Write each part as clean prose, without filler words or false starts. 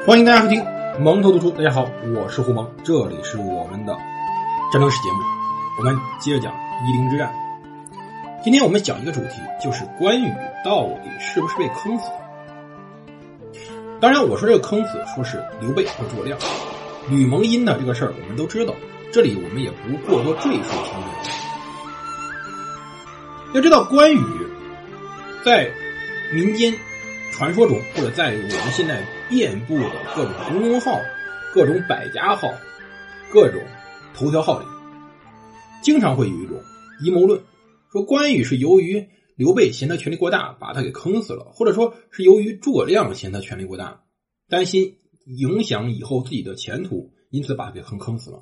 欢迎大家收听蒙头读书。大家好，我是胡蒙，这里是我们的战争史节目。我们接着讲夷陵之战。今天我们讲一个主题，就是关羽到底是不是被坑死的。当然我说这个坑死说是刘备和诸葛亮，吕蒙阴的这个事儿我们都知道，这里我们也不过多赘述听众。要知道关羽在民间传说中，或者在我们现在遍布的各种公众号、各种百家号、各种头条号里，经常会有一种阴谋论，说关羽是由于刘备嫌他权力过大把他给坑死了，或者说是由于诸葛亮嫌他权力过大，担心影响以后自己的前途，因此把他给坑死了。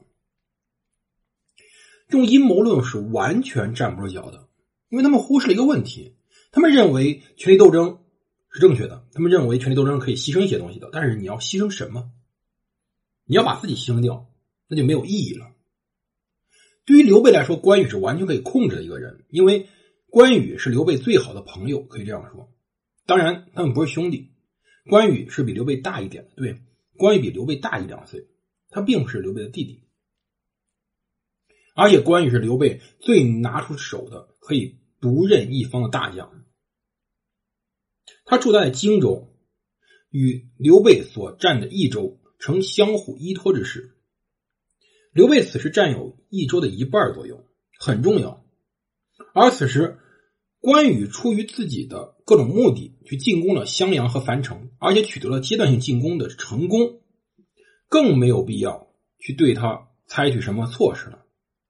这种阴谋论是完全站不住脚的，因为他们忽视了一个问题，他们认为权力斗争是正确的，他们认为权力斗争可以牺牲一些东西的，但是你要牺牲什么？你要把自己牺牲掉，那就没有意义了。对于刘备来说，关羽是完全可以控制的一个人，因为关羽是刘备最好的朋友，可以这样说。当然他们不是兄弟，关羽是比刘备大一点的，对，关羽比刘备大1-2岁，他并不是刘备的弟弟。而且关羽是刘备最拿出手的可以独任一方的大将。他住在荆州，与刘备所占的益州呈相互依托之势。刘备此时占有益州的1半左右，很重要。而此时关羽出于自己的各种目的去进攻了襄阳和樊城，而且取得了阶段性进攻的成功，更没有必要去对他采取什么措施了。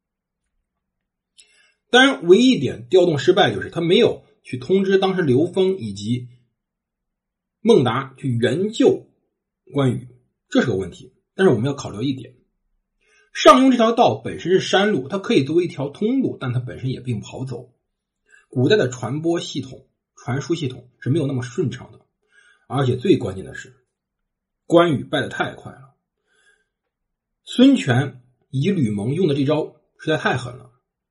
当然唯一一点调动失败就是他没有去通知当时刘封以及孟达去援救关羽，这是个问题。但是我们要考虑一点，上庸这条道本身是山路，它可以作为一条通路，但它本身也并不好走。古代的传播系统、传输系统是没有那么顺畅的，而且最关键的是关羽败得太快了。孙权以及吕蒙用的这招实在太狠了。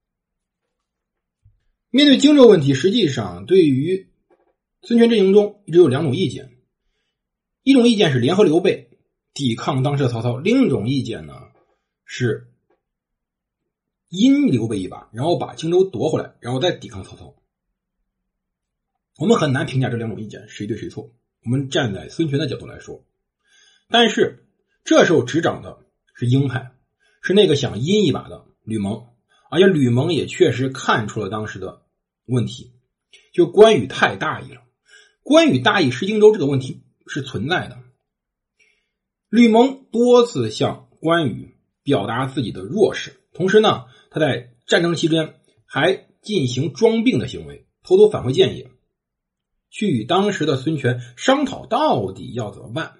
面对荆州问题，实际上对于孙权阵营中一直有2种意见，一种意见是联合刘备抵抗当时的曹操，另一种意见呢是阴刘备一把，然后把荆州夺回来，然后再抵抗曹操。我们很难评价这2种意见谁对谁错，我们站在孙权的角度来说。但是这时候执掌的是鹰派，是那个想阴一把的吕蒙，而且吕蒙也确实看出了当时的问题，就关羽太大意了。关羽大意失荆州这个问题是存在的。吕蒙多次向关羽表达自己的弱势，同时呢，他在战争期间还进行装病的行为，偷偷返回建业，去与当时的孙权商讨到底要怎么办。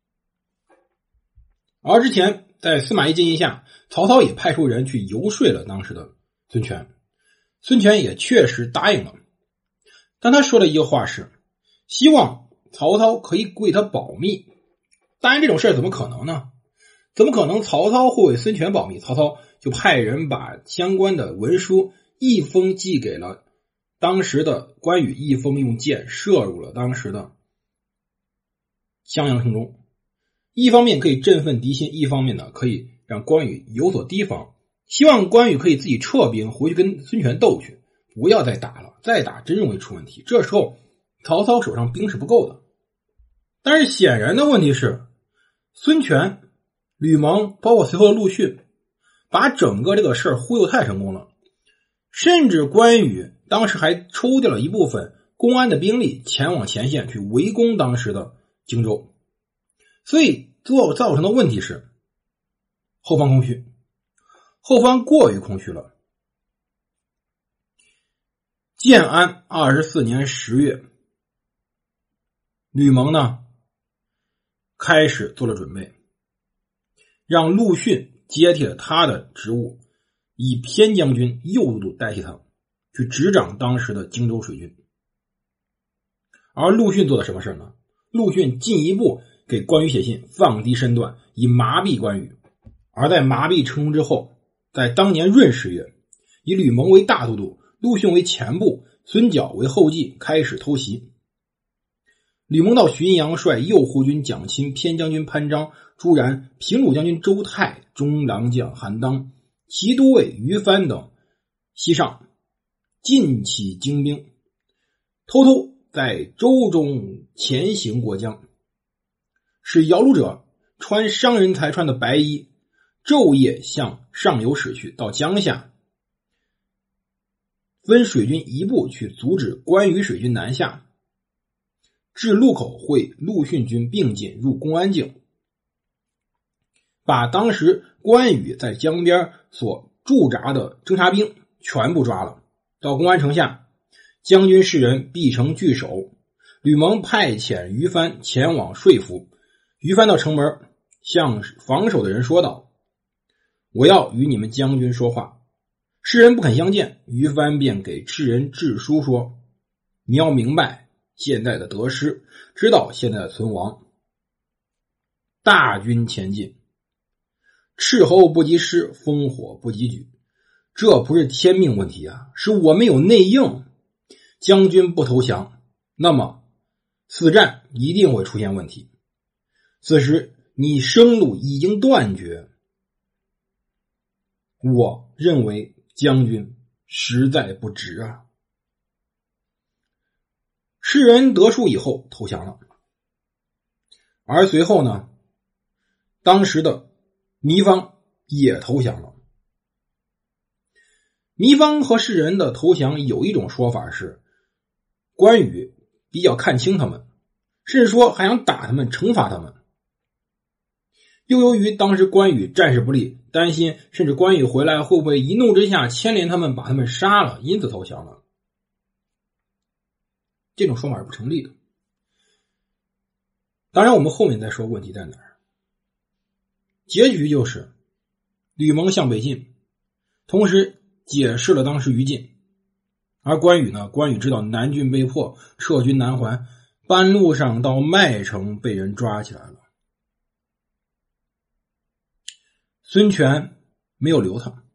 而之前在司马懿建议下，曹操也派出人去游说了当时的孙权，孙权也确实答应了，但他说了一句话是希望曹操可以为他保密。当然这种事怎么可能呢？怎么可能曹操会为孙权保密？曹操就派人把相关的文书一封寄给了当时的关羽，一封用箭射入了当时的襄阳城中。一方面可以振奋敌心，一方面呢可以让关羽有所提防，希望关羽可以自己撤兵回去跟孙权斗去，不要再打了，再打真容易出问题。这时候曹操手上兵是不够的。但是显然的问题是，孙权、吕蒙包括随后的陆逊把整个这个事儿忽悠太成功了，甚至关羽当时还抽调了一部分公安的兵力前往前线去围攻当时的荆州，所以造成的问题是后方空虚，后方过于空虚了。建安24年10月，吕蒙呢开始做了准备，让陆逊接替了他的职务，以偏将军右都督代替他去执掌当时的荆州水军。而陆逊做的什么事呢？陆逊进一步给关羽写信，放低身段，以麻痹关羽。而在麻痹成功之后，在当年闰10月，以吕蒙为大都督，陆逊为前部，孙角为后继，开始偷袭。 吕蒙到浔阳率右护军蒋钦、偏将军潘璋、朱然、平鲁将军周泰、中郎将韩当、骑都尉于藩等西上，尽起精兵，偷偷在舟中前行过江，使摇橹者穿商人才穿的白衣，昼夜向上游驶去，到江下分水军一部去阻止关羽水军南下，至路口会陆逊军并进入公安境，把当时关羽在江边所驻扎的侦察兵全部抓了。到公安城下，将军士人必城据守。吕蒙派遣于藩前往说服。于藩到城门向防守的人说道：我要与你们将军说话。士人不肯相见，于藩便给士人致书说：你要明白现在的得失，知道现在的存亡。大军前进，斥候不及师，烽火不及举，这不是天命问题啊，是我们有内应。将军不投降，那么此战一定会出现问题。此时你生路已经断绝，我认为将军实在不值啊。士人得书以后投降了，而随后呢，当时的糜芳也投降了。糜芳和士人的投降有一种说法是，关羽比较看轻他们，甚至说还想打他们，惩罚他们。又由于当时关羽战事不利，担心甚至关羽回来会不会一怒之下牵连他们，把他们杀了，因此投降了。这种说法是不成立的。当然我们后面再说问题在哪儿。结局就是吕蒙向北进，同时解释了当时于禁。而关羽呢，关羽知道南郡被迫撤军南还，半路上到麦城被人抓起来了。孙权没有留他，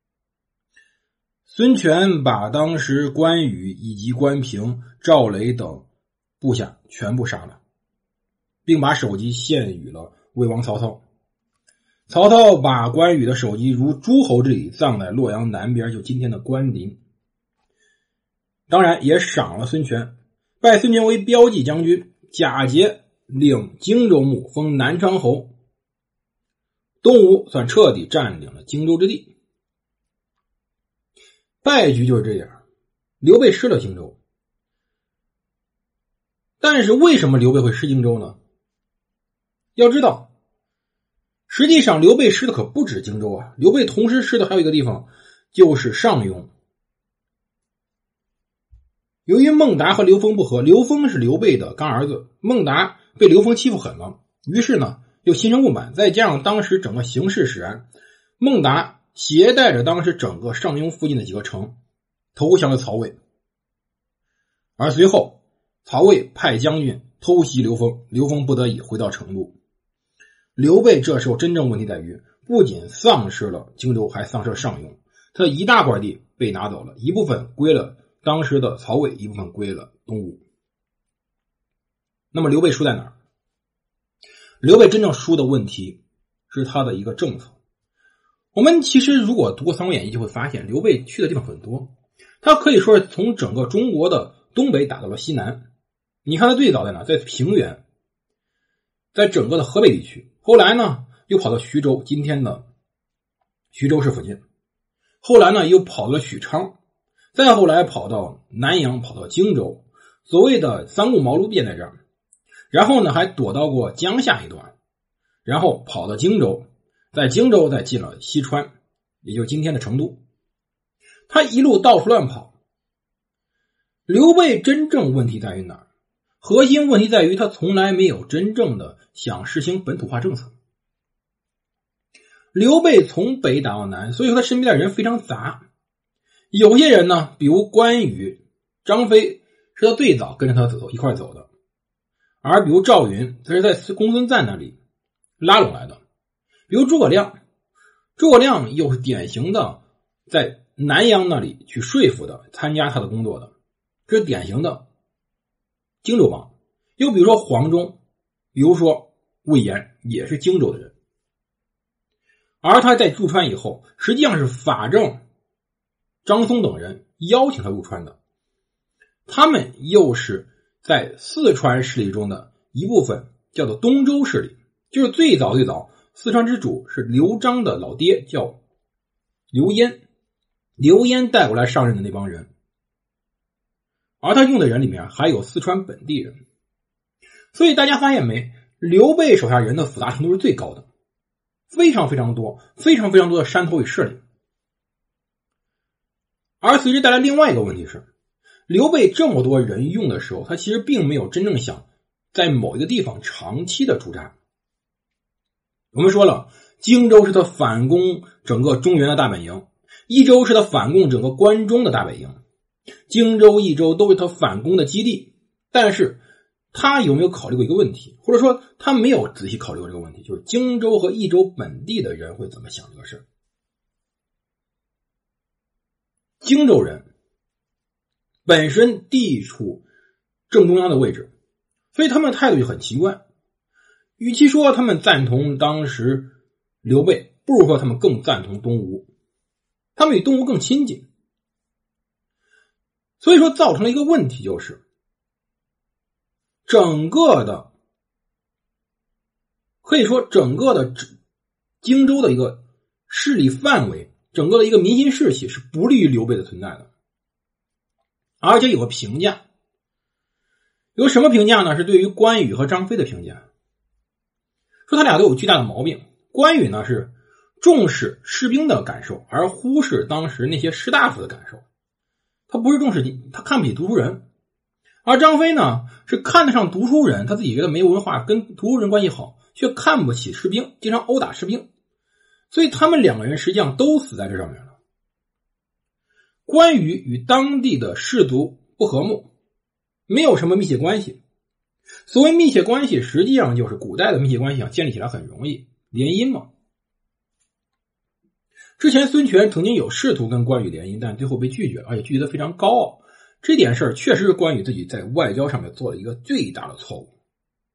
孙权把当时关羽以及关平、赵雷等部下全部杀了，并把首级献予了魏王曹操。曹操把关羽的首级如诸侯之礼葬在洛阳南边，就今天的关林。当然也赏了孙权，拜孙权为骠骑将军，假节领荆州牧，封南昌侯。东吴算彻底占领了荆州之地。败局就是这样，刘备失了荆州。但是为什么刘备会失荆州呢？要知道，实际上刘备失的可不止荆州啊，刘备同时失的还有一个地方，就是上庸。由于孟达和刘封不和，刘封是刘备的干儿子，孟达被刘封欺负狠了，于是呢又心生不满，再加上当时整个形势使然，孟达携带着当时整个上庸附近的几个城投降了曹魏。而随后曹魏派将军偷袭刘封，刘封不得已回到成都。刘备这时候真正问题在于，不仅丧失了荆州，还丧失了上庸，他的一大块地被拿走了，一部分归了当时的曹魏，一部分归了东吴。那么刘备输在哪儿？刘备真正输的问题是他的一个政策。我们其实如果读过《三国演义》就会发现，刘备去的地方很多，他可以说是从整个中国的东北打到了西南。你看他最早在哪？在平原，在整个的河北地区。后来呢又跑到徐州，今天的徐州市附近。后来呢又跑到了许昌，再后来跑到南阳，跑到荆州，所谓的三顾茅庐便在这儿。然后呢还躲到过江夏一段，然后跑到荆州，在荆州再进了西川，也就是今天的成都。他一路到处乱跑。刘备真正问题在于哪儿？核心问题在于他从来没有真正的想实行本土化政策。刘备从北打到南，所以说他身边的人非常杂。有些人呢，比如关羽、张飞是他最早跟着他一块走的，而比如赵云他是在公孙瓒那里拉拢来的。比如诸葛亮，诸葛亮又是典型的在南阳那里去说服的，参加他的工作的，这是典型的荆州帮。 又比如说黄忠，比如说魏延，也是荆州的人。而他在入川以后，实际上是法正、张松等人邀请他入川的，他们又是在四川势力中的一部分，叫做东周势力，就是最早四川之主是刘璋的老爹，叫刘焉，刘焉带过来上任的那帮人，而他用的人里面还有四川本地人。所以大家发现没，刘备手下人的复杂程度是最高的，非常非常多的山头与势力。而随之带来另外一个问题是，刘备这么多人用的时候，他其实并没有真正想在某一个地方长期的驻扎。我们说了，荆州是他反攻整个中原的大本营，益州是他反攻整个关中的大本营，荆州、益州都是他反攻的基地。但是他有没有考虑过一个问题，或者说他没有仔细考虑过这个问题，就是荆州和益州本地的人会怎么想这个事。荆州人本身地处正中央的位置，所以他们的态度就很奇怪。与其说他们赞同当时刘备，不如说他们更赞同东吴，他们与东吴更亲近。所以说造成了一个问题，就是可以说整个的荆州的一个势力范围，整个的一个民心士气是不利于刘备的存在的。而且有个评价，有什么评价呢？是对于关羽和张飞的评价，说他俩都有巨大的毛病。关羽呢是重视士兵的感受，而忽视当时那些士大夫的感受，他不是重视，他看不起读书人。而张飞呢是看得上读书人，他自己觉得没文化，跟读书人关系好，却看不起士兵，经常殴打士兵。所以他们两个人实际上都死在这上面了。关羽与当地的士族不和睦，没有什么密切关系。所谓密切关系，实际上就是古代的密切关系想建立起来很容易，联姻嘛。之前孙权曾经有试图跟关羽联姻，但最后被拒绝，而且拒绝得非常高傲。这点事儿确实是关羽自己在外交上面做了一个最大的错误。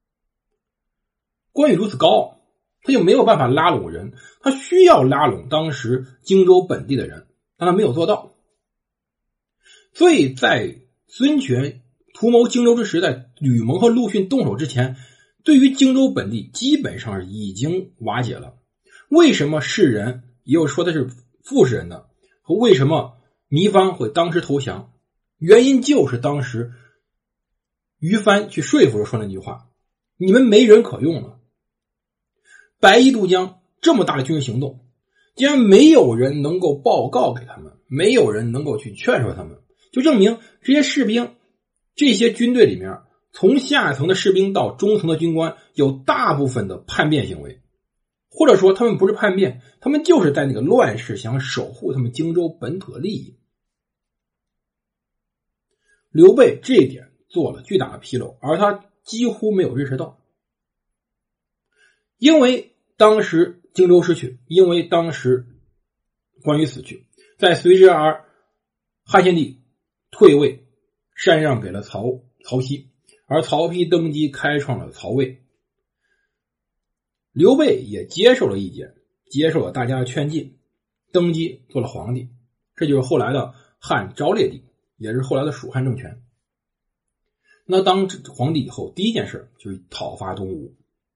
关羽如此高傲，他就没有办法拉拢人，他需要拉拢当时荆州本地的人，但他没有做到。所以在孙权图谋荆州之时，在吕蒙和陆逊动手之前，对于荆州本地基本上已经瓦解了。为什么士人，也有说的是副士人的，和为什么糜芳会当时投降，原因就是当时于帆去说服说那句话，你们没人可用了。白衣渡江这么大的军事行动，既然没有人能够报告给他们，没有人能够去劝说他们，就证明这些士兵，这些军队里面，从下层的士兵到中层的军官，有大部分的叛变行为，或者说他们不是叛变，他们就是在那个乱世想守护他们荆州本土的利益。刘备这一点做了巨大的纰漏，而他几乎没有认识到。因为当时荆州失去，因为当时关羽死去，在随之而汉献帝退位禅让给了曹丕，而曹丕登基开创了曹魏。刘备也接受了意见，接受了大家的劝进，登基做了皇帝，这就是后来的汉昭烈帝，也是后来的蜀汉政权。那当皇帝以后，第一件事就是讨伐东吴。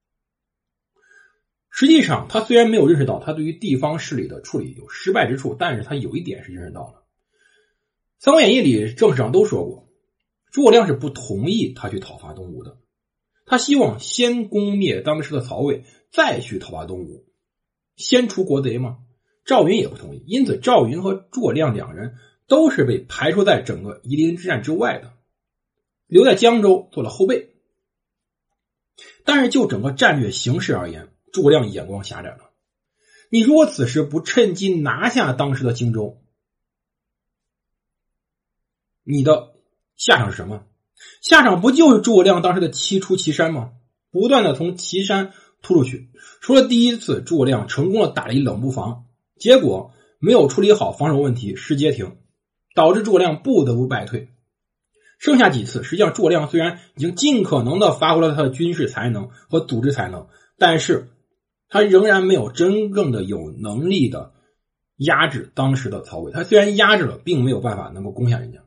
实际上他虽然没有认识到他对于地方势力的处理有失败之处，但是他有一点是认识到了。三国演义里正史上都说过，诸葛亮是不同意他去讨伐东吴的，他希望先攻灭当时的曹魏，再去讨伐东吴，先除国贼嘛。赵云也不同意，因此赵云和诸葛亮两人都是被排除在整个夷陵之战之外的，留在江州做了后备。但是就整个战略形势而言，诸葛亮眼光狭窄了。你如果此时不趁机拿下当时的荆州，你的下场是什么？下场不就是诸葛亮当时的七出祁山吗？不断的从祁山突出去。除了第一次诸葛亮成功的打了一冷不防，结果没有处理好防守问题，失街亭，导致诸葛亮不得不败退。 剩下几次，实际上诸葛亮虽然已经尽可能的发挥了他的军事才能和组织才能，但是他仍然没有真正的有能力的压制当时的曹魏。他虽然压制了，并没有办法能够攻下人家。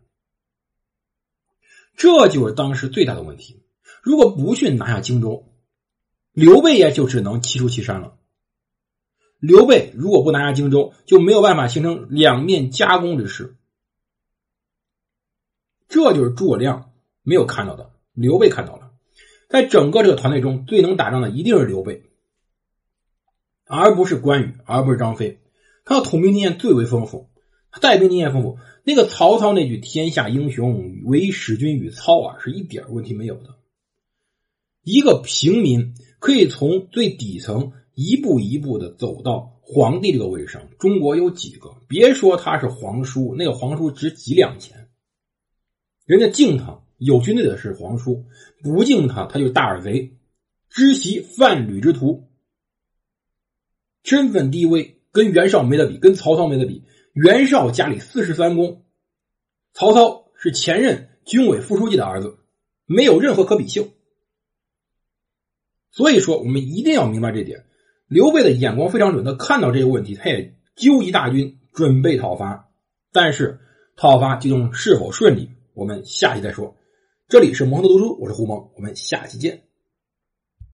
这就是当时最大的问题。如果不去拿下荆州，刘备也就只能七出祁山了。刘备如果不拿下荆州，就没有办法形成两面夹攻之势。这就是诸葛亮没有看到的，刘备看到了。在整个这个团队中，最能打仗的一定是刘备，而不是关羽，而不是张飞。他的统兵经验最为丰富，他带兵经验丰富。那个曹操那句天下英雄唯使君与操耳是一点问题没有的。一个平民可以从最底层一步一步的走到皇帝这个位置上，中国有几个？别说他是皇叔，那个皇叔值几两钱，人家敬他，有军队的是皇叔，不敬他，他就是大耳贼，知袭贩履之徒，身份低微，跟袁绍没得比，跟曹操没得比。袁绍家里43公，曹操是前任军委副书记的儿子，没有任何可比性。所以说我们一定要明白这点，刘备的眼光非常准，他看到这个问题，他也纠集大军准备讨伐，但是讨伐最终是否顺利，我们下期再说。这里是蒙头读书，我是胡蒙，我们下期见。